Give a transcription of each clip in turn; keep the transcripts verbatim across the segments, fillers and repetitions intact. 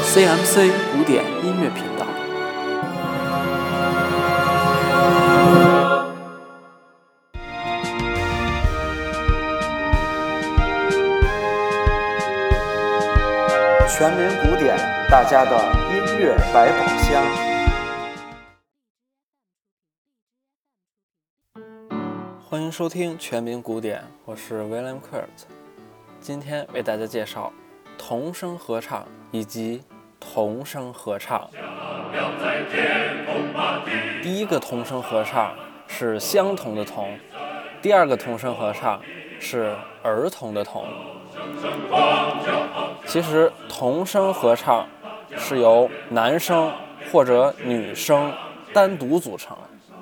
C M C 古典音乐频道。全民古典，大家的音乐百宝箱。欢迎收听全民古典，我是 William Kurt。今天为大家介绍童声合唱以及童声合唱。第一个童声合唱是相同的童，第二个童声合唱是儿童的童。其实童声合唱是由男生或者女生单独组成，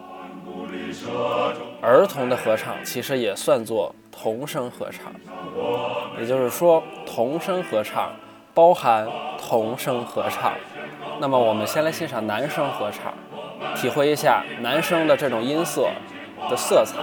儿童的合唱其实也算作童声合唱，也就是说童声合唱包含童声合唱。那么我们先来欣赏男声合唱，体会一下男声的这种音色的色彩。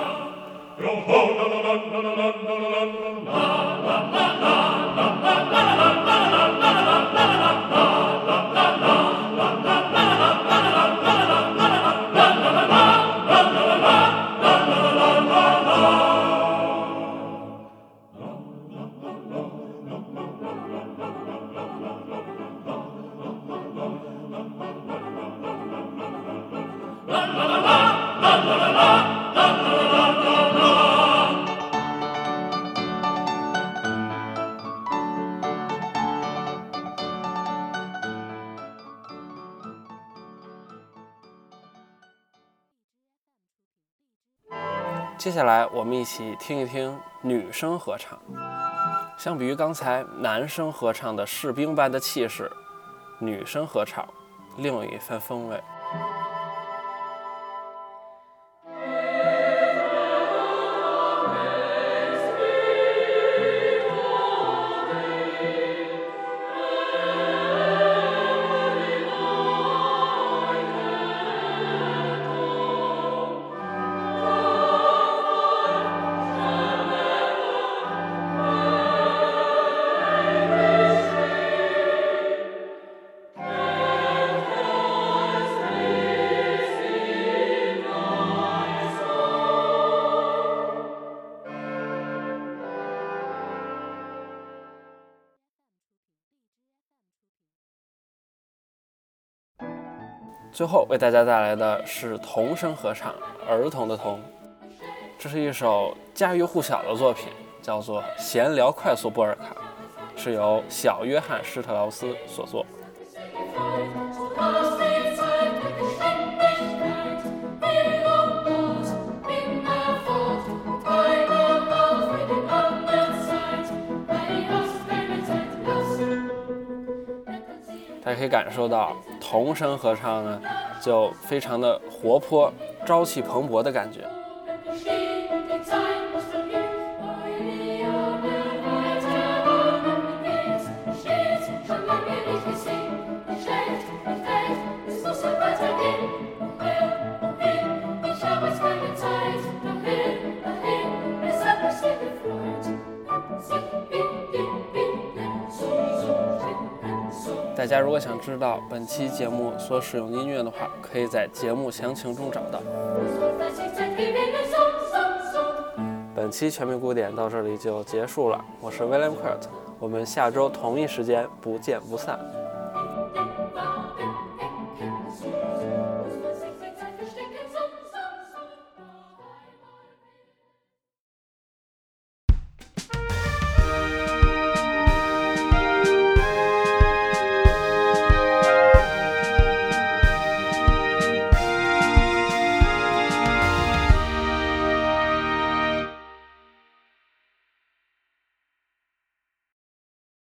接下来我们一起听一听女声合唱。相比于刚才男声合唱的士兵般的气势，女声合唱另有一番风味。最后为大家带来的是童声合唱，儿童的童。这是一首家喻户晓的作品，叫做《闲聊快速波尔卡》，是由小约翰施特劳斯所作。大家可以感受到童声合唱呢，就非常的活泼、朝气蓬勃的感觉。大家如果想知道本期节目所使用的音乐的话，可以在节目详情中找到。本期全民古典到这里就结束了，我是 William Kurt， 我们下周同一时间不见不散。